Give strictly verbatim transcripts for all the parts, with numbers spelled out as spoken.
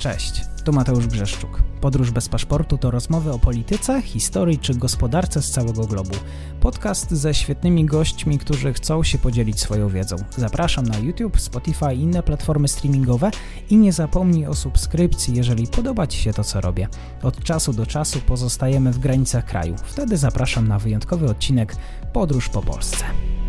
Cześć, tu Mateusz Brzeszczuk. Podróż bez paszportu to rozmowy o polityce, historii czy gospodarce z całego globu. Podcast ze świetnymi gośćmi, którzy chcą się podzielić swoją wiedzą. Zapraszam na YouTube, Spotify i inne platformy streamingowe i nie zapomnij o subskrypcji, jeżeli podoba Ci się to, co robię. Od czasu do czasu pozostajemy w granicach kraju. Wtedy zapraszam na wyjątkowy odcinek Podróż po Polsce.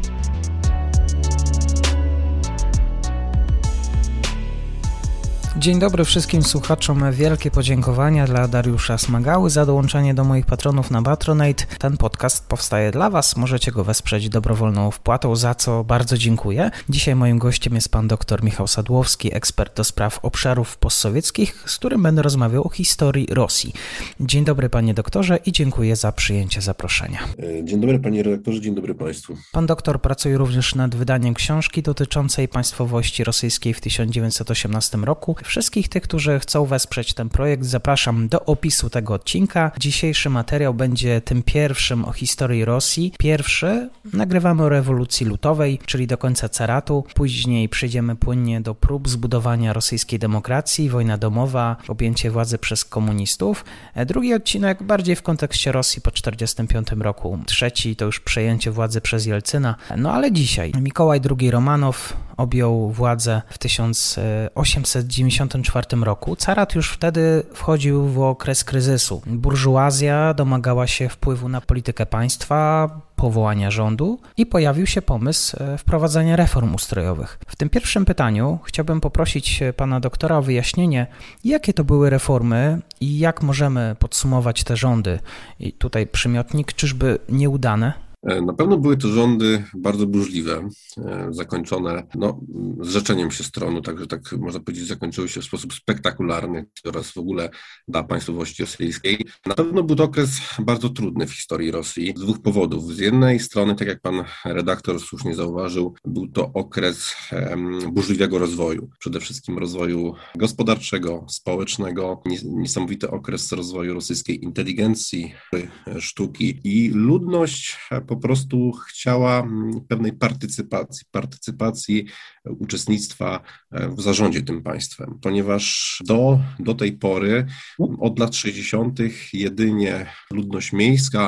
Dzień dobry wszystkim słuchaczom. Wielkie podziękowania dla Dariusza Smagały za dołączenie do moich patronów na Patronite. Ten podcast powstaje dla Was. Możecie go wesprzeć dobrowolną wpłatą, za co bardzo dziękuję. Dzisiaj moim gościem jest pan dr Michał Sadłowski, ekspert do spraw obszarów postsowieckich, z którym będę rozmawiał o historii Rosji. Dzień dobry panie doktorze i dziękuję za przyjęcie zaproszenia. Dzień dobry panie redaktorze, dzień dobry państwu. Pan doktor pracuje również nad wydaniem książki dotyczącej państwowości rosyjskiej w tysiąc dziewięćset osiemnastym roku. Wszystkich tych, którzy chcą wesprzeć ten projekt, zapraszam do opisu tego odcinka. Dzisiejszy materiał będzie tym pierwszym o historii Rosji. Pierwszy nagrywamy o rewolucji lutowej, czyli do końca caratu. Później przejdziemy płynnie do prób zbudowania rosyjskiej demokracji, wojna domowa, objęcie władzy przez komunistów. Drugi odcinek bardziej w kontekście Rosji po tysiąc dziewięćset czterdziestym piątym roku. Trzeci to już przejęcie władzy przez Jelcyna. No ale dzisiaj Mikołaj drugi Romanow objął władzę w tysiąc osiemset dziewięćdziesiątym czwartym roku. Carat już wtedy wchodził w okres kryzysu. Burżuazja domagała się wpływu na politykę państwa, powołania rządu i pojawił się pomysł wprowadzenia reform ustrojowych. W tym pierwszym pytaniu chciałbym poprosić pana doktora o wyjaśnienie, jakie to były reformy i jak możemy podsumować te rządy. I tutaj przymiotnik, czyżby nieudane? Na pewno były to rządy bardzo burzliwe, zakończone no, zrzeczeniem się stronu, także tak można powiedzieć zakończyły się w sposób spektakularny oraz w ogóle dla państwowości rosyjskiej. Na pewno był to okres bardzo trudny w historii Rosji z dwóch powodów. Z jednej strony, tak jak pan redaktor słusznie zauważył, był to okres burzliwego rozwoju, przede wszystkim rozwoju gospodarczego, społecznego, niesamowity okres rozwoju rosyjskiej inteligencji, sztuki i ludność po prostu chciała pewnej partycypacji, partycypacji, uczestnictwa w zarządzie tym państwem, ponieważ do, do tej pory, od lat sześćdziesiątych jedynie ludność miejska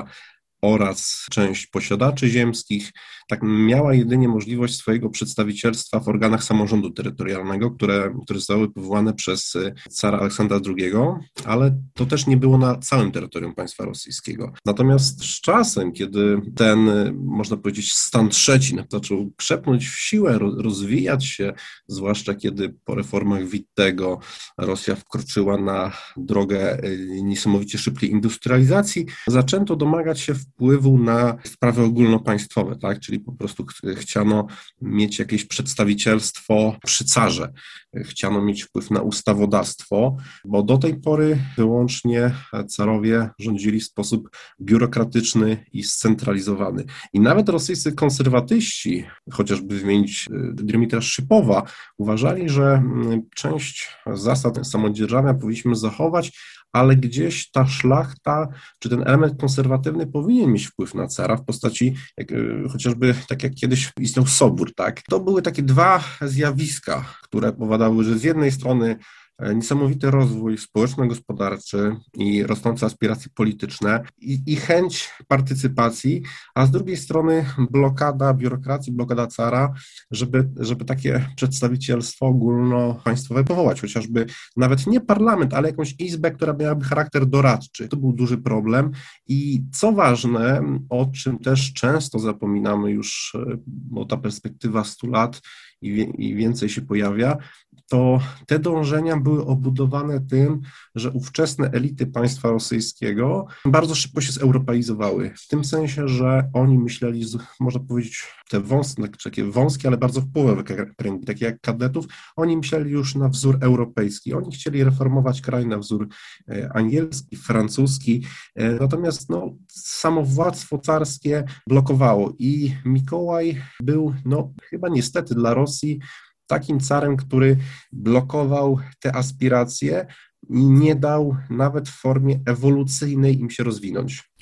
oraz część posiadaczy ziemskich tak miała jedynie możliwość swojego przedstawicielstwa w organach samorządu terytorialnego, które, które zostały powołane przez cara Aleksandra drugiego, ale to też nie było na całym terytorium państwa rosyjskiego. Natomiast z czasem, kiedy ten, można powiedzieć, stan trzeci zaczął krzepnąć w siłę, rozwijać się, zwłaszcza kiedy po reformach Wittego Rosja wkroczyła na drogę niesamowicie szybkiej industrializacji, zaczęto domagać się wpływu na sprawy ogólnopaństwowe, tak? Czyli po prostu ch- chciano mieć jakieś przedstawicielstwo przy carze, chciano mieć wpływ na ustawodawstwo, bo do tej pory wyłącznie carowie rządzili w sposób biurokratyczny i scentralizowany. I nawet rosyjscy konserwatyści, chociażby wymienić Dmitra Szypowa, uważali, że część zasad samodzierżawia powinniśmy zachować, ale gdzieś ta szlachta, czy ten element konserwatywny powinien mieć wpływ na cara w postaci jak, chociażby tak jak kiedyś istniał Sobór, tak? To były takie dwa zjawiska, które powodowały, że z jednej strony niesamowity rozwój społeczno-gospodarczy i rosnące aspiracje polityczne i, i chęć partycypacji, a z drugiej strony blokada biurokracji, blokada cara, żeby, żeby takie przedstawicielstwo ogólnopaństwowe powołać, chociażby nawet nie parlament, ale jakąś izbę, która miałaby charakter doradczy. To był duży problem i co ważne, o czym też często zapominamy już, bo ta perspektywa stu lat i, wie, i więcej się pojawia, to te dążenia były obudowane tym, że ówczesne elity państwa rosyjskiego bardzo szybko się zeuropeizowały. W tym sensie, że oni myśleli, można powiedzieć, te wąskie, takie wąskie, ale bardzo wpływowe kręgi, takie jak kadetów, oni myśleli już na wzór europejski. Oni chcieli reformować kraj na wzór angielski, francuski, natomiast no, samowładztwo carskie blokowało i Mikołaj był, no chyba niestety dla Rosji, takim carem, który blokował te aspiracje i nie dał nawet w formie ewolucyjnej im się rozwinąć.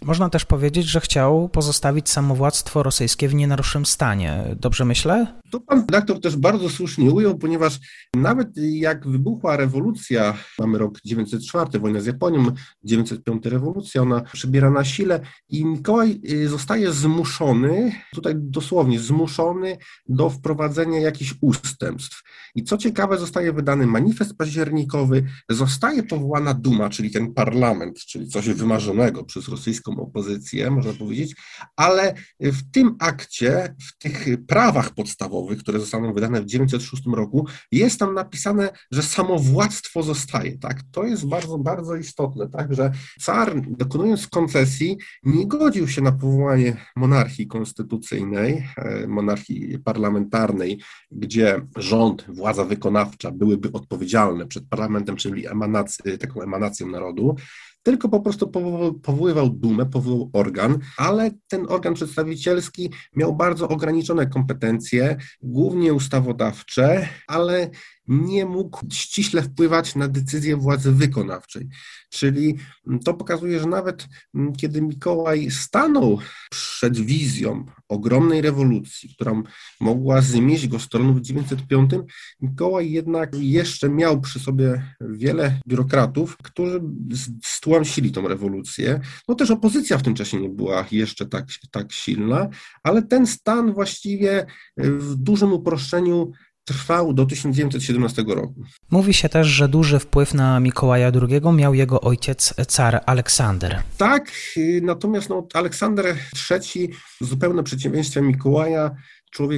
Można też powiedzieć, że chciał pozostawić samowładztwo rosyjskie w nienaruszym stanie. Dobrze myślę? To pan redaktor też bardzo słusznie ujął, ponieważ nawet jak wybuchła rewolucja, mamy rok dziewięćset czwarty, wojna z Japonią, dziewięćset piąty rewolucja, ona przybiera na sile i Mikołaj zostaje zmuszony, tutaj dosłownie zmuszony do wprowadzenia jakichś ustępstw. I co ciekawe, zostaje wydany manifest październikowy, zostaje powołana Duma, czyli ten parlament, czyli coś wymarzonego przez rosyjską opozycję, można powiedzieć, ale w tym akcie, w tych prawach podstawowych, które zostaną wydane w dziewięćset szóstym roku, jest tam napisane, że samowładztwo zostaje. Tak? To jest bardzo, bardzo istotne, tak? Że car, dokonując koncesji, nie godził się na powołanie monarchii konstytucyjnej, monarchii parlamentarnej, gdzie rząd, władza wykonawcza byłyby odpowiedzialne przed parlamentem, czyli emanac- taką emanacją narodu, tylko po prostu powoływał Dumę, powoływał organ, ale ten organ przedstawicielski miał bardzo ograniczone kompetencje, głównie ustawodawcze, ale nie mógł ściśle wpływać na decyzje władzy wykonawczej. Czyli to pokazuje, że nawet kiedy Mikołaj stanął przed wizją ogromnej rewolucji, która mogła zmieść go z tronu w dziewięćset piątym, Mikołaj jednak jeszcze miał przy sobie wiele biurokratów, którzy stłamsili tą rewolucję. No też opozycja w tym czasie nie była jeszcze tak, tak silna, ale ten stan właściwie w dużym uproszczeniu trwał do tysiąc dziewięćset siedemnastego roku. Mówi się też, że duży wpływ na Mikołaja drugiego miał jego ojciec, car Aleksander. Tak, natomiast no, Aleksander trzeci, zupełne przeciwieństwo Mikołaja, człowiek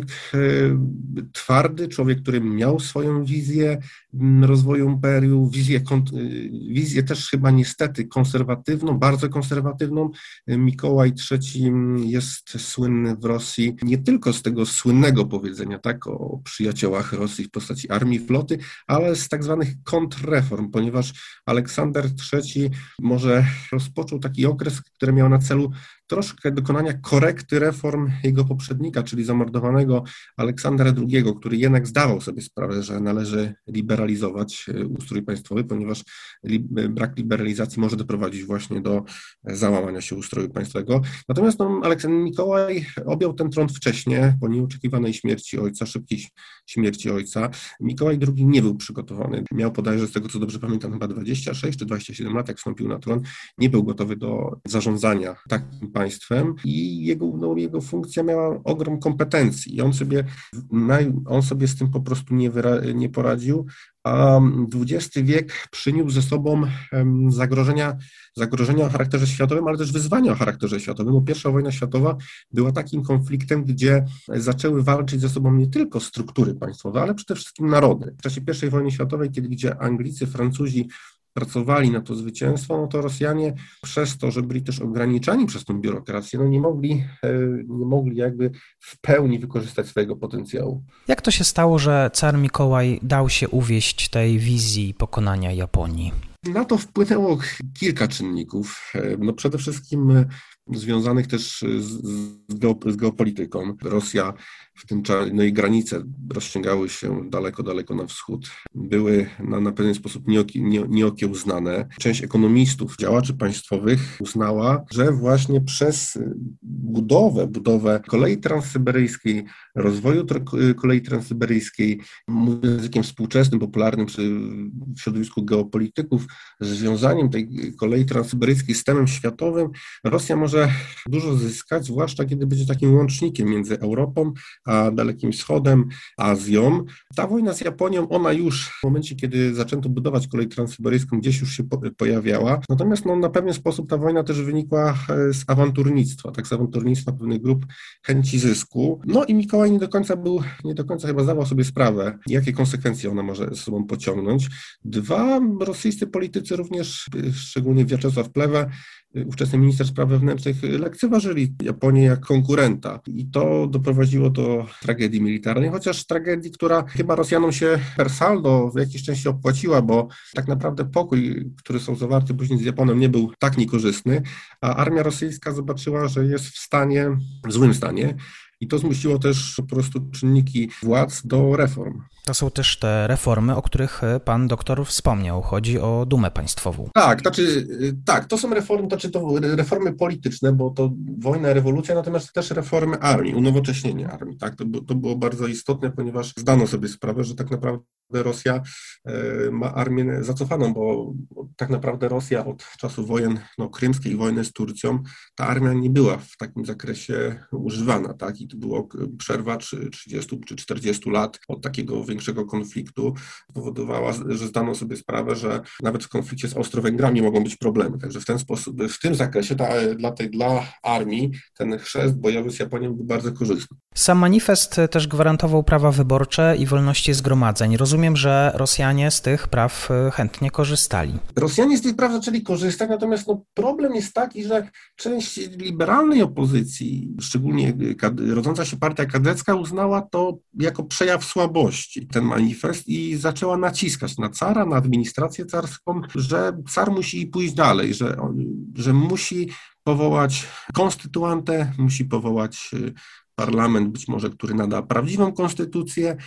twardy, człowiek, który miał swoją wizję rozwoju imperium, wizję, wizję też chyba niestety konserwatywną, bardzo konserwatywną. Mikołaj trzeci jest słynny w Rosji nie tylko z tego słynnego powiedzenia, tak, o przyjaciołach Rosji w postaci armii, floty, ale z tak zwanych kontrreform, ponieważ Aleksander trzeci może rozpoczął taki okres, który miał na celu troszkę dokonania korekty reform jego poprzednika, czyli zamordowanego Aleksandra drugiego, który jednak zdawał sobie sprawę, że należy liberalizować ustrój państwowy, ponieważ brak liberalizacji może doprowadzić właśnie do załamania się ustroju państwowego. Natomiast no, Aleksander Mikołaj objął ten tron wcześniej, po nieoczekiwanej śmierci ojca, szybkiej śmierci ojca. Mikołaj drugi nie był przygotowany. Miał bodajże, z tego co dobrze pamiętam, chyba dwadzieścia sześć czy dwadzieścia siedem lat, jak wstąpił na tron. Nie był gotowy do zarządzania takim państwem i jego, no, jego funkcja miała ogrom kompetencji i on sobie, on sobie z tym po prostu nie, wyra- nie poradził, a dwudziesty wiek przyniósł ze sobą zagrożenia, zagrożenia o charakterze światowym, ale też wyzwania o charakterze światowym, bo pierwsza wojna światowa była takim konfliktem, gdzie zaczęły walczyć ze sobą nie tylko struktury państwowe, ale przede wszystkim narody. W czasie pierwszej wojny światowej, kiedy gdzie Anglicy, Francuzi pracowali na to zwycięstwo, no to Rosjanie przez to, że byli też ograniczani przez tą biurokrację, no nie mogli, nie mogli jakby w pełni wykorzystać swojego potencjału. Jak to się stało, że car Mikołaj dał się uwieść tej wizji pokonania Japonii? Na to wpłynęło kilka czynników. No przede wszystkim związanych też z, z geopolityką. Rosja w tym czasie, no i granice rozciągały się daleko, daleko na wschód. Były na, na pewien sposób nieoki, nie, nieokiełznane. Część ekonomistów, działaczy państwowych uznała, że właśnie przez budowę, budowę kolei transsyberyjskiej, rozwoju kolei transsyberyjskiej, mówiąc językiem współczesnym, popularnym w środowisku geopolityków, związaniem tej kolei transsyberyjskiej z systemem światowym, Rosja może dużo zyskać, zwłaszcza kiedy będzie takim łącznikiem między Europą a Dalekim Wschodem, Azją. Ta wojna z Japonią, ona już w momencie, kiedy zaczęto budować kolej transsyberyjską, gdzieś już się po, pojawiała. Natomiast no, na pewien sposób ta wojna też wynikła z awanturnictwa, tak z awanturnictwa pewnych grup, chęci zysku. No i Mikołaj nie do końca był, nie do końca chyba zdawał sobie sprawę, jakie konsekwencje ona może ze sobą pociągnąć. Dwa, rosyjscy politycy również, szczególnie Wiaczesław Plewe, ówczesny minister spraw wewnętrznych, lekceważyli Japonię jak konkurenta i to doprowadziło do tragedii militarnej, chociaż tragedii, która chyba Rosjanom się per saldo w jakiejś części opłaciła, bo tak naprawdę pokój, który są zawarty później z Japonią, nie był tak niekorzystny, a armia rosyjska zobaczyła, że jest w stanie, w złym stanie. I to zmusiło też po prostu czynniki władz do reform. To są też te reformy, o których pan doktor wspomniał. Chodzi o Dumę Państwową. Tak, znaczy, tak, to są reformy, znaczy to reformy polityczne, bo to wojna, rewolucja, natomiast też reformy armii, unowocześnienie armii. Tak? To, to było bardzo istotne, ponieważ zdano sobie sprawę, że tak naprawdę Rosja ma armię zacofaną, bo tak naprawdę Rosja od czasu wojen no, krymskiej i wojny z Turcją, ta armia nie była w takim zakresie używana, tak? I to było przerwa trzydziestu czy czterdziestu lat od takiego większego konfliktu, spowodowała, że zdano sobie sprawę, że nawet w konflikcie z Austro-Węgrami mogą być problemy. Także w ten sposób, w tym zakresie ta, dla, tej, dla armii ten chrzest bojowy z Japonią był bardzo korzystny. Sam manifest też gwarantował prawa wyborcze i wolności zgromadzeń. Rozumiem, że Rosjanie z tych praw chętnie korzystali. Rosjanie z tych praw zaczęli korzystać, natomiast no, problem jest taki, że część liberalnej opozycji, szczególnie rodząca się partia kadecka, uznała to jako przejaw słabości, ten manifest, i zaczęła naciskać na cara, na administrację carską, że car musi pójść dalej, że, że musi powołać konstytuantę, musi powołać parlament, być może, który nada prawdziwą konstytucję,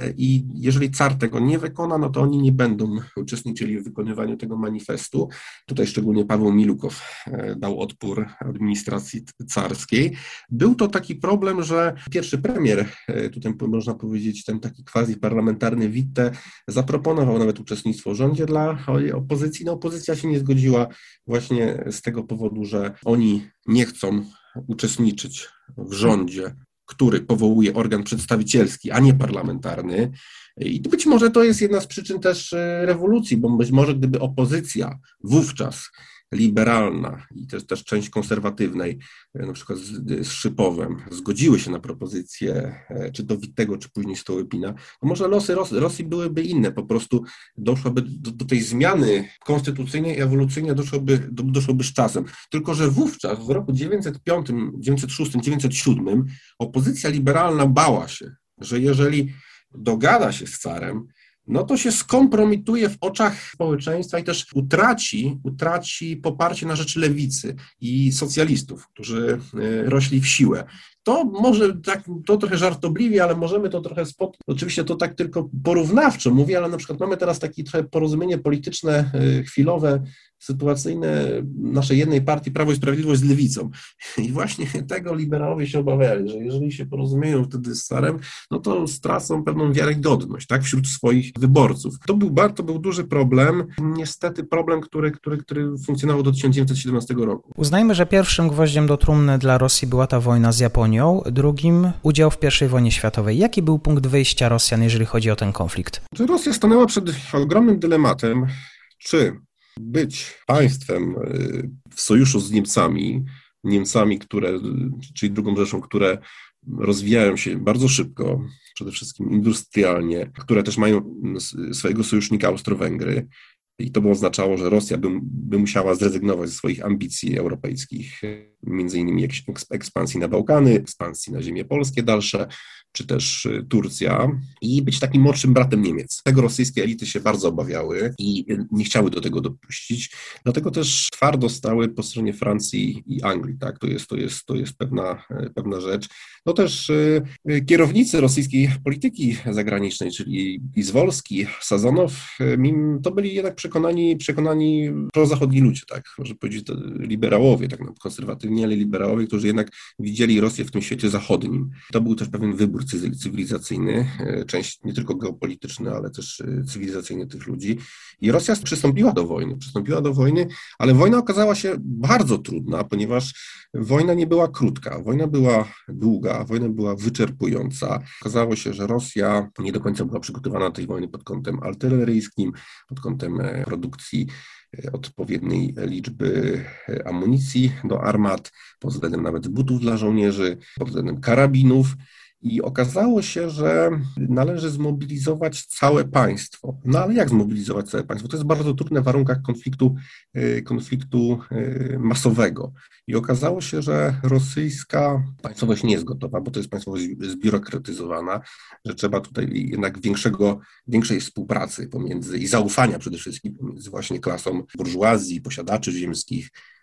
i jeżeli car tego nie wykona, no to oni nie będą uczestniczyli w wykonywaniu tego manifestu. Tutaj szczególnie Paweł Milukow dał odpór administracji carskiej. Był to taki problem, że pierwszy premier, tutaj można powiedzieć ten taki quasi-parlamentarny Witte, zaproponował nawet uczestnictwo w rządzie dla opozycji. No opozycja się nie zgodziła właśnie z tego powodu, że oni nie chcą uczestniczyć w rządzie, który powołuje organ przedstawicielski, a nie parlamentarny. I być może to jest jedna z przyczyn też rewolucji, bo być może gdyby opozycja wówczas liberalna i też, też część konserwatywnej, na przykład z, z Szypowem, zgodziły się na propozycję czy do Wittego, czy później Stołypina, to może losy Ros- Rosji byłyby inne, po prostu doszłoby do, do tej zmiany konstytucyjnej i ewolucyjnej doszłoby, do, doszłoby z czasem. Tylko że wówczas, w roku dziewięćset piątym, dziewięćset szóstym, dziewięćset siódmym opozycja liberalna bała się, że jeżeli dogada się z carem, no to się skompromituje w oczach społeczeństwa i też utraci, utraci poparcie na rzecz lewicy i socjalistów, którzy rośli w siłę. To może tak, to trochę żartobliwie, ale możemy to trochę spod... Oczywiście to tak tylko porównawczo mówię, ale na przykład mamy teraz takie trochę porozumienie polityczne, chwilowe, sytuacyjne naszej jednej partii Prawo i Sprawiedliwość z Lewicą. I właśnie tego liberałowie się obawiali, że jeżeli się porozumieją wtedy z carem, no to stracą pewną wiarygodność, tak, wśród swoich wyborców. To był bardzo był duży problem, niestety problem, który, który, który funkcjonował do tysiąc dziewięćset siedemnastego roku. Uznajmy, że pierwszym gwoździem do trumny dla Rosji była ta wojna z Japonią, drugim udział w pierwszej wojnie światowej. Jaki był punkt wyjścia Rosjan, jeżeli chodzi o ten konflikt? Rosja stanęła przed ogromnym dylematem, czy być państwem w sojuszu z Niemcami, Niemcami, które, czyli drugą Rzeszą, które rozwijają się bardzo szybko, przede wszystkim industrialnie, które też mają swojego sojusznika Austro-Węgry. I to by oznaczało, że Rosja by, by musiała zrezygnować ze swoich ambicji europejskich, między innymi ekspansji na Bałkany, ekspansji na ziemie polskie dalsze, czy też Turcja, i być takim młodszym bratem Niemiec. Tego rosyjskie elity się bardzo obawiały i nie chciały do tego dopuścić, dlatego też twardo stały po stronie Francji i Anglii, tak? To jest, to jest, to jest pewna, pewna rzecz. No też kierownicy rosyjskiej polityki zagranicznej, czyli Izwolski, Sazanow, to byli jednak przekonani, przekonani prozachodni ludzie, tak? Może powiedzieć liberałowie, tak naprawdę konserwatywni, ale liberałowie, którzy jednak widzieli Rosję w tym świecie zachodnim. To był też pewien wybór cywilizacyjny, część nie tylko geopolityczny, ale też cywilizacyjny tych ludzi. I Rosja przystąpiła do wojny, przystąpiła do wojny, ale wojna okazała się bardzo trudna, ponieważ wojna nie była krótka, wojna była długa, wojna była wyczerpująca. Okazało się, że Rosja nie do końca była przygotowana do tej wojny pod kątem artyleryjskim, pod kątem produkcji odpowiedniej liczby amunicji do armat, pod względem nawet butów dla żołnierzy, pod względem karabinów. I okazało się, że należy zmobilizować całe państwo. No ale jak zmobilizować całe państwo? To jest bardzo trudne w warunkach konfliktu, konfliktu masowego. I okazało się, że rosyjska państwowość nie jest gotowa, bo to jest państwowość zbiurokratyzowana, że trzeba tutaj jednak większego, większej współpracy pomiędzy i zaufania przede wszystkim pomiędzy właśnie klasą burżuazji, posiadaczy ziemskich,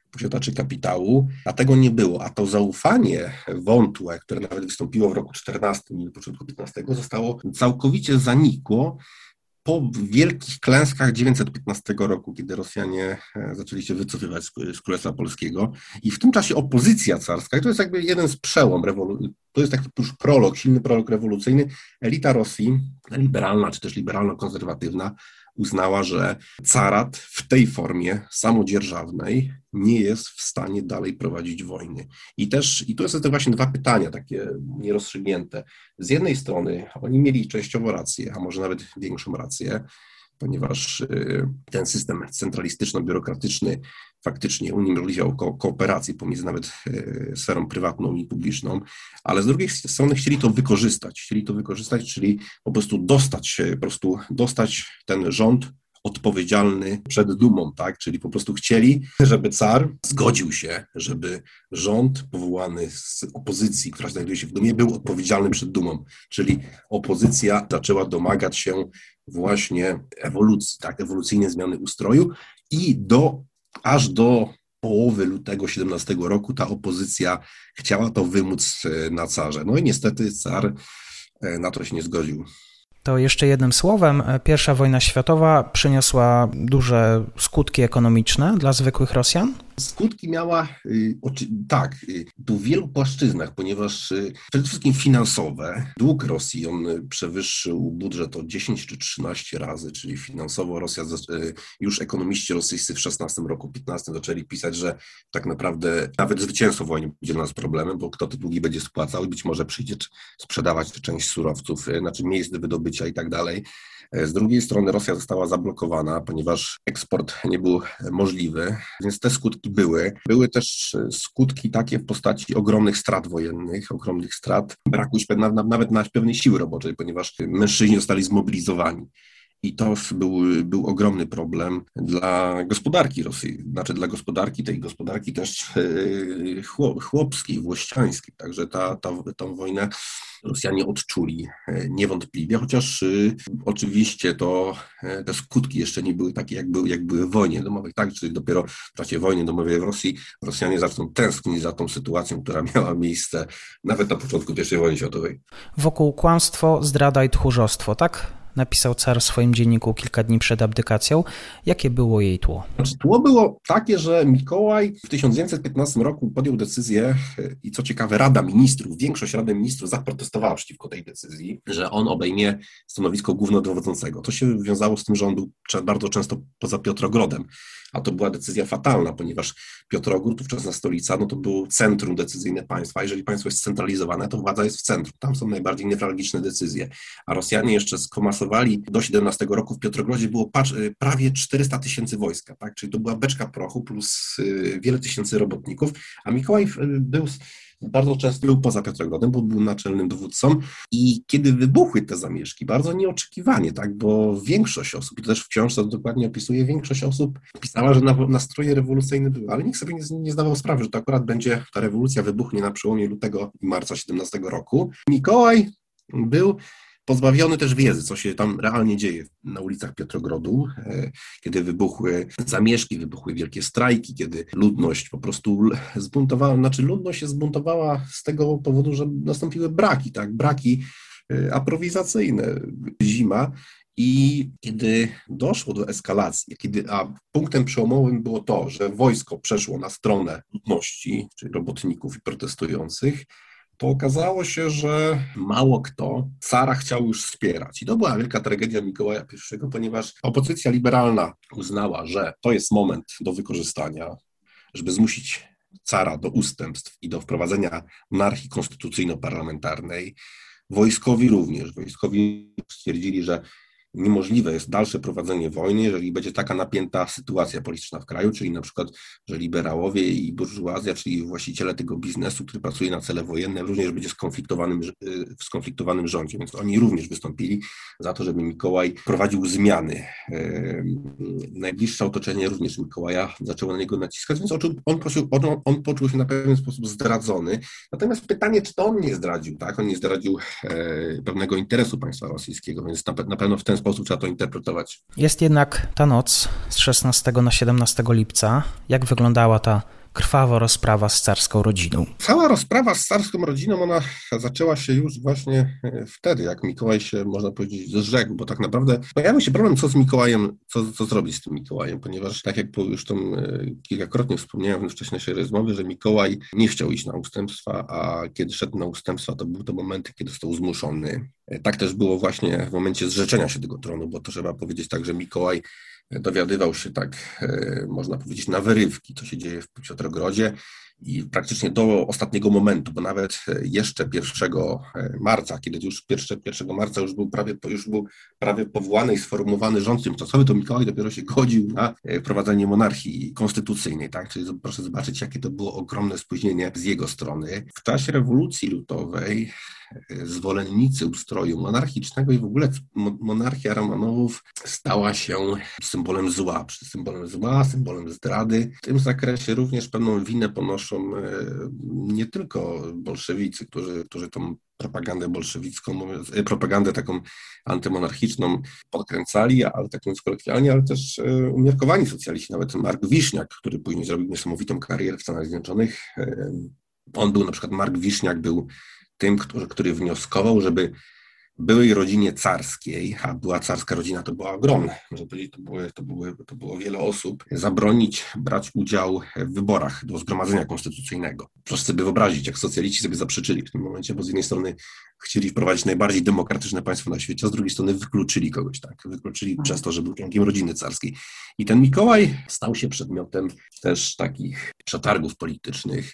posiadaczy kapitału, a tego nie było. A to zaufanie wątłe, które nawet wystąpiło w roku czternastym i na początku piętnastego, zostało całkowicie zanikło po wielkich klęskach dziewięćset piętnastego roku, kiedy Rosjanie zaczęli się wycofywać z Królestwa Polskiego i w tym czasie opozycja carska, i to jest jakby jeden z przełom, rewolu- to jest taki już prolog, silny prolog rewolucyjny, elita Rosji, liberalna czy też liberalno-konserwatywna, uznała, że carat w tej formie samodzierżawnej nie jest w stanie dalej prowadzić wojny. I też, i tu są te właśnie dwa pytania takie nierozstrzygnięte. Z jednej strony oni mieli częściowo rację, a może nawet większą rację, ponieważ ten system centralistyczno-biurokratyczny faktycznie uniemożliwiał ko- kooperacji pomiędzy nawet sferą prywatną i publiczną, ale z drugiej strony chcieli to wykorzystać, chcieli to wykorzystać, czyli po prostu dostać się, po prostu dostać ten rząd odpowiedzialny przed dumą, tak? Czyli po prostu chcieli, żeby car zgodził się, żeby rząd powołany z opozycji, która znajduje się w dumie, był odpowiedzialny przed dumą, czyli opozycja zaczęła domagać się właśnie ewolucji, tak? Ewolucyjnej zmiany ustroju i do, aż do połowy lutego siedemnastego roku ta opozycja chciała to wymóc na carze. No i niestety car na to się nie zgodził. To jeszcze jednym słowem, pierwsza wojna światowa przyniosła duże skutki ekonomiczne dla zwykłych Rosjan? Skutki miała, tak, tu w wielu płaszczyznach, ponieważ przede wszystkim finansowe. Dług Rosji, on przewyższył budżet o dziesięć czy trzynaście razy, czyli finansowo Rosja, już ekonomiści rosyjscy w szesnastym roku, piętnastym zaczęli pisać, że tak naprawdę nawet zwycięstwo w wojnie będzie dla nas problemem, bo kto te długi będzie spłacał i być może przyjdzie sprzedawać część surowców, znaczy miejsc do wydobycia i tak dalej. Z drugiej strony Rosja została zablokowana, ponieważ eksport nie był możliwy, więc te skutki były. Były też skutki takie w postaci ogromnych strat wojennych, ogromnych strat, braku nawet na pewnej siły roboczej, ponieważ mężczyźni zostali zmobilizowani. I to był, był ogromny problem dla gospodarki Rosji, znaczy dla gospodarki, tej gospodarki też chłopskiej, włościańskiej. Także ta, ta, tą wojnę Rosjanie odczuli niewątpliwie, chociaż y, oczywiście to y, te skutki jeszcze nie były takie, jak były, jak były w wojnie domowej, tak? Czyli dopiero w trakcie wojny domowej w Rosji Rosjanie zaczną tęsknić za tą sytuacją, która miała miejsce nawet na początku pierwszej wojny światowej. Wokół kłamstwo, zdrada i tchórzostwo, tak? Napisał car w swoim dzienniku kilka dni przed abdykacją. Jakie było jej tło? Znaczy, tło było takie, że Mikołaj w tysiąc dziewięćset piętnastym roku podjął decyzję i co ciekawe Rada Ministrów, większość Rady Ministrów zaprotestowała przeciwko tej decyzji, że on obejmie stanowisko głównodowodzącego. To się wiązało z tym, że on był bardzo często poza Piotrogrodem, a to była decyzja fatalna, ponieważ Piotrogród, ówczesna stolica, no to było centrum decyzyjne państwa. Jeżeli państwo jest scentralizowane, to władza jest w centrum. Tam są najbardziej newralgiczne decyzje. A Rosjanie jeszcze skomasowali do siedemnastego roku w Piotrogrodzie było prawie czterysta tysięcy wojska, tak? Czyli to była beczka prochu plus wiele tysięcy robotników, a Mikołaj był bardzo często był poza Piotrogrodem, bo był naczelnym dowódcą i kiedy wybuchły te zamieszki, bardzo nieoczekiwanie, tak, bo większość osób, i to też w książce dokładnie opisuje, większość osób pisała, że nastroje rewolucyjne były, ale nikt sobie nie, nie zdawał sprawy, że to akurat będzie, ta rewolucja wybuchnie na przełomie lutego i marca siedemnastego roku. Mikołaj był pozbawiony też wiedzy, co się tam realnie dzieje na ulicach Piotrogrodu, kiedy wybuchły zamieszki, wybuchły wielkie strajki, kiedy ludność po prostu zbuntowała, znaczy ludność się zbuntowała z tego powodu, że nastąpiły braki, tak, braki aprowizacyjne, zima. I kiedy doszło do eskalacji, kiedy, a punktem przełomowym było to, że wojsko przeszło na stronę ludności, czyli robotników i protestujących, to okazało się, że mało kto cara chciał już wspierać. I to była wielka tragedia Mikołaja I, ponieważ opozycja liberalna uznała, że to jest moment do wykorzystania, żeby zmusić cara do ustępstw i do wprowadzenia monarchii konstytucyjno-parlamentarnej. Wojskowi również. Wojskowi stwierdzili, że niemożliwe jest dalsze prowadzenie wojny, jeżeli będzie taka napięta sytuacja polityczna w kraju, czyli na przykład, że liberałowie i burżuazja, czyli właściciele tego biznesu, który pracuje na cele wojenne, również będzie skonfliktowanym, w skonfliktowanym rządzie, więc oni również wystąpili za to, żeby Mikołaj prowadził zmiany. Najbliższe otoczenie również Mikołaja zaczęło na niego naciskać, więc on poczuł, on, on poczuł się na pewien sposób zdradzony. Natomiast pytanie, czy to on nie zdradził, tak? On nie zdradził e, pewnego interesu państwa rosyjskiego, więc na, na pewno w ten sposób trzeba to interpretować. Jest jednak ta noc z szesnastego na siedemnastego lipca. Jak wyglądała ta krwawa rozprawa z carską rodziną? Cała rozprawa z carską rodziną, ona zaczęła się już właśnie wtedy, jak Mikołaj się, można powiedzieć, zrzekł, bo tak naprawdę pojawił się problem, co z Mikołajem, co, co zrobić z tym Mikołajem, ponieważ tak jak już tam kilkakrotnie wspomniałem w wcześniejszej rozmowie, że Mikołaj nie chciał iść na ustępstwa, a kiedy szedł na ustępstwa, to były to momenty, kiedy został zmuszony. Tak też było właśnie w momencie zrzeczenia się tego tronu, bo to trzeba powiedzieć tak, że Mikołaj dowiadywał się tak, można powiedzieć, na wyrywki, co się dzieje w Piotrogrodzie i praktycznie do ostatniego momentu, bo nawet jeszcze pierwszego marca, kiedy już pierwszego marca już był prawie, już był prawie powołany i sformułowany rząd tymczasowy, to Mikołaj dopiero się godził na prowadzenie monarchii konstytucyjnej, tak? Czyli proszę zobaczyć, jakie to było ogromne spóźnienie z jego strony. W czasie rewolucji lutowej zwolennicy ustroju monarchicznego i w ogóle monarchia Romanowów stała się symbolem zła, symbolem zła, symbolem zdrady. W tym zakresie również pewną winę ponoszą nie tylko bolszewicy, którzy, którzy tą propagandę bolszewicką, propagandę taką antymonarchiczną podkręcali, ale tak mówiąc kolokwialnie, ale też umiarkowani socjaliści, nawet Mark Wiśniak, który później zrobił niesamowitą karierę w Stanach Zjednoczonych. On był, na przykład Mark Wiśniak był tym, który, który wnioskował, żeby byłej rodzinie carskiej, a była carska rodzina, to była ogromna, można powiedzieć, to, były, to, były, to było wiele osób, zabronić brać udział w wyborach do Zgromadzenia Konstytucyjnego. Proszę sobie wyobrazić, jak socjaliści sobie zaprzeczyli w tym momencie, bo z jednej strony chcieli wprowadzić najbardziej demokratyczne państwo na świecie, a z drugiej strony wykluczyli kogoś, tak, wykluczyli hmm. przez to, że był członkiem rodziny carskiej. I ten Mikołaj stał się przedmiotem też takich przetargów politycznych.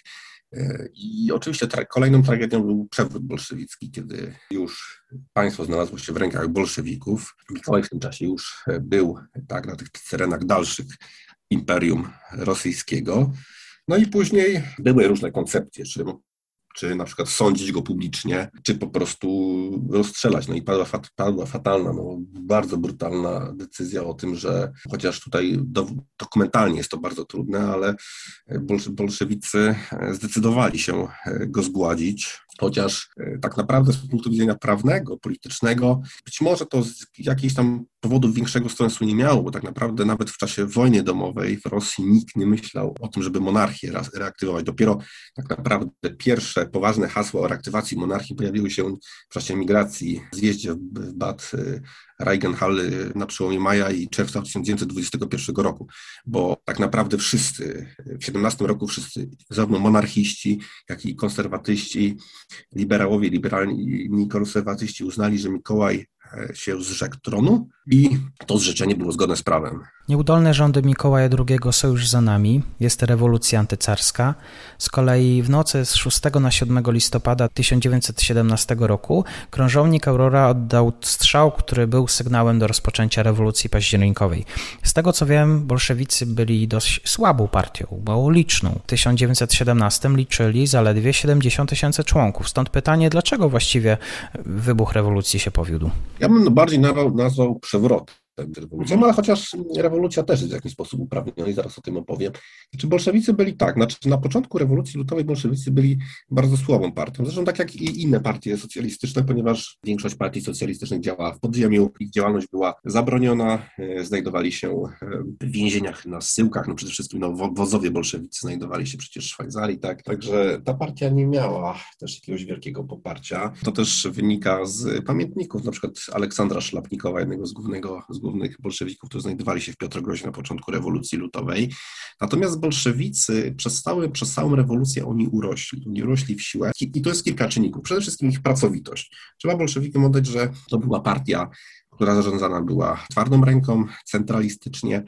I oczywiście tra- kolejną tragedią był przewrót bolszewicki, kiedy już państwo znalazło się w rękach bolszewików. Mikołaj w tym czasie już był tak na tych terenach dalszych Imperium Rosyjskiego. No i później były różne koncepcje, czy, czy na przykład sądzić go publicznie, czy po prostu rozstrzelać. No i padła, fat, padła fatalna, no, bardzo brutalna decyzja o tym, że chociaż tutaj do, dokumentalnie jest to bardzo trudne, ale bolsze, bolszewicy zdecydowali się go zgładzić. Chociaż tak naprawdę z punktu widzenia prawnego, politycznego, być może to z jakichś tam powodów większego sensu nie miało, bo tak naprawdę nawet w czasie wojny domowej w Rosji nikt nie myślał o tym, żeby monarchię reaktywować. Dopiero tak naprawdę pierwsze poważne hasła o reaktywacji monarchii pojawiły się w czasie emigracji w zjeździe w Bad Reichenhall na przełomie maja i czerwca tysiąc dziewięćset dwudziestego pierwszego roku, bo tak naprawdę wszyscy, w siedemnastym roku wszyscy, zarówno monarchiści, jak i konserwatyści, liberałowie, liberalni konserwatyści uznali, że Mikołaj się zrzekł tronu i to zrzeczenie było zgodne z prawem. Nieudolne rządy Mikołaja drugiego są już za nami, jest rewolucja antycarska. Z kolei w nocy z szóstego na siódmego listopada tysiąc dziewięćset siedemnastego roku krążownik Aurora oddał strzał, który był sygnałem do rozpoczęcia rewolucji październikowej. Z tego co wiem, bolszewicy byli dość słabą partią, mało liczną. W tysiąc dziewięćset siedemnastym liczyli zaledwie siedemdziesiąt tysięcy członków. Stąd pytanie, dlaczego właściwie wybuch rewolucji się powiódł? Ja bym bardziej nazwał, nazwał przewrotem rewolucją, ale chociaż rewolucja też jest w jakiś sposób uprawniona i zaraz o tym opowiem. Znaczy bolszewicy byli tak, znaczy na początku rewolucji lutowej bolszewicy byli bardzo słabą partią, zresztą tak jak i inne partie socjalistyczne, ponieważ większość partii socjalistycznych działała w podziemiu, ich działalność była zabroniona, znajdowali się w więzieniach, na zsyłkach, no przede wszystkim no, wozowie bolszewicy znajdowali się przecież w Szwajcarii, tak, także ta partia nie miała też jakiegoś wielkiego poparcia. To też wynika z pamiętników, na przykład Aleksandra Szlapnikowa, jednego z głównego z głównych bolszewików, którzy znajdowali się w Piotrogrodzie na początku rewolucji lutowej. Natomiast bolszewicy przez, cały, przez całą rewolucję oni urośli. Oni urośli w siłę i to jest kilka czynników. Przede wszystkim ich pracowitość. Trzeba bolszewikom oddać, że to była partia, która zarządzana była twardą ręką, centralistycznie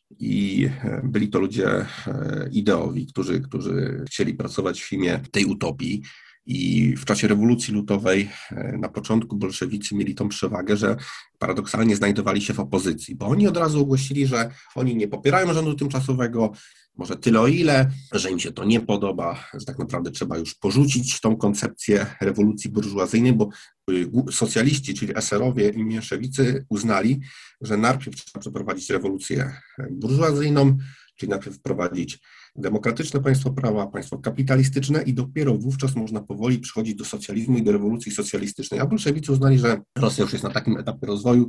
i byli to ludzie ideowi, którzy, którzy chcieli pracować w imię tej utopii. I w czasie rewolucji lutowej na początku bolszewicy mieli tą przewagę, że paradoksalnie znajdowali się w opozycji, bo oni od razu ogłosili, że oni nie popierają rządu tymczasowego, może tyle o ile, że im się to nie podoba, że tak naprawdę trzeba już porzucić tą koncepcję rewolucji burżuazyjnej, bo socjaliści, czyli eserowie i mniejszewicy uznali, że najpierw trzeba przeprowadzić rewolucję burżuazyjną, czyli najpierw wprowadzić demokratyczne państwo prawa, państwo kapitalistyczne i dopiero wówczas można powoli przechodzić do socjalizmu i do rewolucji socjalistycznej. A bolszewicy uznali, że Rosja już jest na takim etapie rozwoju,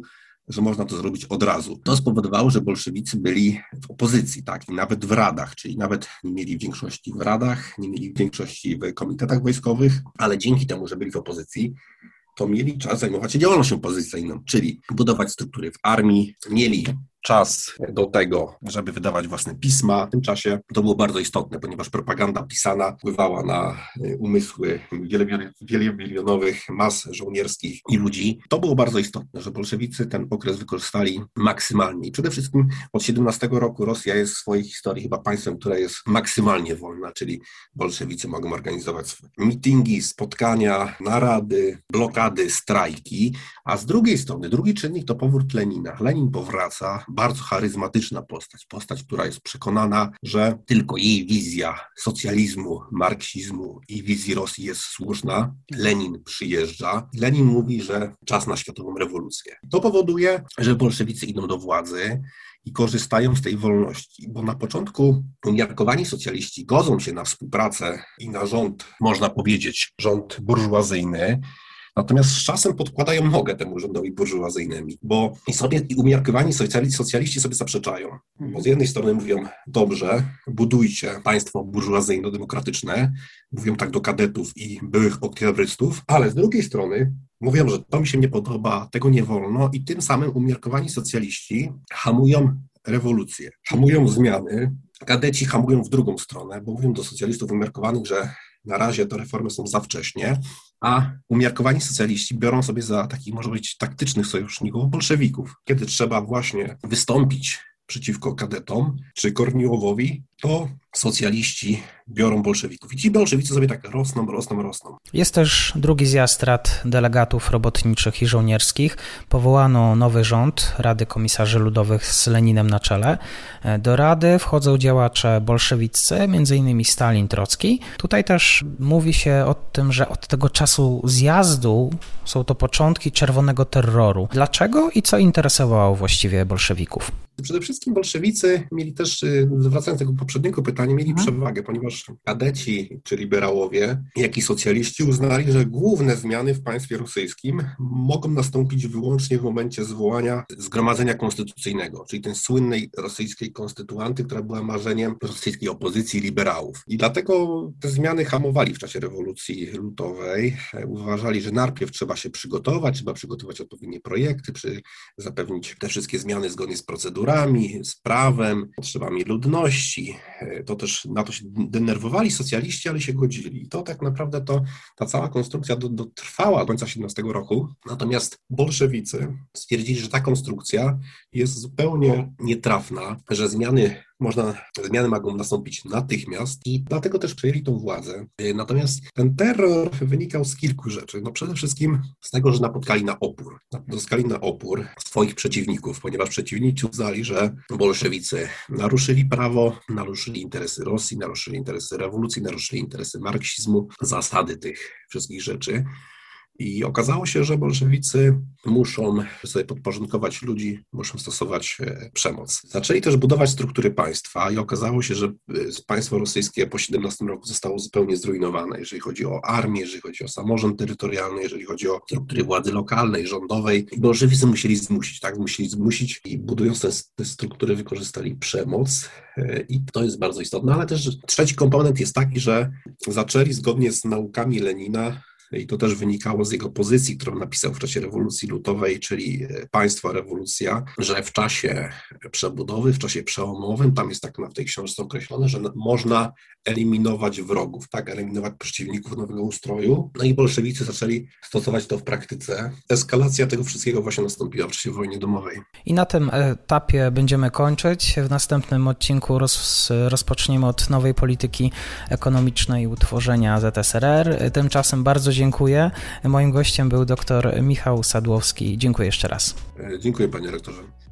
że można to zrobić od razu. To spowodowało, że bolszewicy byli w opozycji, tak, i nawet w radach, czyli nawet nie mieli większości w radach, nie mieli większości w komitetach wojskowych, ale dzięki temu, że byli w opozycji, to mieli czas zajmować się działalnością opozycyjną, czyli budować struktury w armii, mieli czas do tego, żeby wydawać własne pisma. W tym czasie to było bardzo istotne, ponieważ propaganda pisana wpływała na umysły wielomilionowych mas żołnierskich i ludzi. To było bardzo istotne, że bolszewicy ten okres wykorzystali maksymalnie. I przede wszystkim od siedemnastego roku Rosja jest w swojej historii chyba państwem, które jest maksymalnie wolna, czyli bolszewicy mogą organizować mityngi, spotkania, narady, blokady, strajki, a z drugiej strony, drugi czynnik to powrót Lenina. Lenin powraca, bardzo charyzmatyczna postać, postać, która jest przekonana, że tylko jej wizja socjalizmu, marksizmu i wizji Rosji jest słuszna. Lenin przyjeżdża. Lenin mówi, że czas na światową rewolucję. To powoduje, że bolszewicy idą do władzy i korzystają z tej wolności, bo na początku umiarkowani socjaliści godzą się na współpracę i na rząd, można powiedzieć, rząd burżuazyjny. Natomiast z czasem podkładają nogę temu rządowi burżuazyjnemu, bo i sobie i umiarkowani socjaliści sobie zaprzeczają. Bo z jednej strony mówią, dobrze, budujcie państwo burżuazyjno-demokratyczne, mówią tak do kadetów i byłych oktyabrystów, ale z drugiej strony mówią, że to mi się nie podoba, tego nie wolno i tym samym umiarkowani socjaliści hamują rewolucję, hamują zmiany, kadeci hamują w drugą stronę, bo mówią do socjalistów umiarkowanych, że na razie te reformy są za wcześnie, a umiarkowani socjaliści biorą sobie za takich, może być, taktycznych sojuszników bolszewików. Kiedy trzeba właśnie wystąpić przeciwko kadetom czy Korniłowowi, to socjaliści biorą bolszewików. I ci bolszewicy sobie tak rosną, rosną, rosną. Jest też drugi zjazd rad delegatów robotniczych i żołnierskich. Powołano nowy rząd Rady Komisarzy Ludowych z Leninem na czele. Do rady wchodzą działacze bolszewiccy, m.in. Stalin, Trocki. Tutaj też mówi się o tym, że od tego czasu zjazdu są to początki czerwonego terroru. Dlaczego i co interesowało właściwie bolszewików? Przede wszystkim bolszewicy mieli też, zwracając do tego poprzedniego pytania, mieli mhm. przewagę, ponieważ kadeci czy liberałowie, jak i socjaliści uznali, że główne zmiany w państwie rosyjskim mogą nastąpić wyłącznie w momencie zwołania Zgromadzenia Konstytucyjnego, czyli tej słynnej rosyjskiej konstytuanty, która była marzeniem rosyjskiej opozycji liberałów. I dlatego te zmiany hamowali w czasie rewolucji lutowej. Uważali, że najpierw trzeba się przygotować, trzeba przygotować odpowiednie projekty, przy zapewnić te wszystkie zmiany zgodnie z procedurami, z prawem, potrzebami ludności. To też na to się denerwowali socjaliści, ale się godzili. I to tak naprawdę to, ta cała konstrukcja do, dotrwała do końca siedemnastego roku. Natomiast bolszewicy stwierdzili, że ta konstrukcja jest zupełnie nietrafna, że zmiany Można, zmiany mogą nastąpić natychmiast i dlatego też przejęli tą władzę. Natomiast ten terror wynikał z kilku rzeczy. No przede wszystkim z tego, że napotkali na opór. Napotkali na opór swoich przeciwników, ponieważ przeciwnicy uznali, że bolszewicy naruszyli prawo, naruszyli interesy Rosji, naruszyli interesy rewolucji, naruszyli interesy marksizmu, zasady tych wszystkich rzeczy. I okazało się, że bolszewicy muszą sobie podporządkować ludzi, muszą stosować przemoc. Zaczęli też budować struktury państwa i okazało się, że państwo rosyjskie po siedemnastym roku zostało zupełnie zrujnowane, jeżeli chodzi o armię, jeżeli chodzi o samorząd terytorialny, jeżeli chodzi o struktury władzy lokalnej, rządowej. I bolszewicy musieli zmusić, tak? Musieli zmusić i budując te, te struktury wykorzystali przemoc i to jest bardzo istotne. Ale też trzeci komponent jest taki, że zaczęli zgodnie z naukami Lenina, i to też wynikało z jego pozycji, którą napisał w czasie rewolucji lutowej, czyli Państwo, rewolucja, że w czasie przebudowy, w czasie przełomowym, tam jest tak w tej książce określone, że można eliminować wrogów, tak, eliminować przeciwników nowego ustroju. No i bolszewicy zaczęli stosować to w praktyce. Eskalacja tego wszystkiego właśnie nastąpiła w czasie wojny domowej. I na tym etapie będziemy kończyć. W następnym odcinku roz, rozpoczniemy od nowej polityki ekonomicznej utworzenia Z S R R. Tymczasem bardzo dziękuję. Moim gościem był dr Michał Sadłowski. Dziękuję jeszcze raz. Dziękuję, panie rektorze.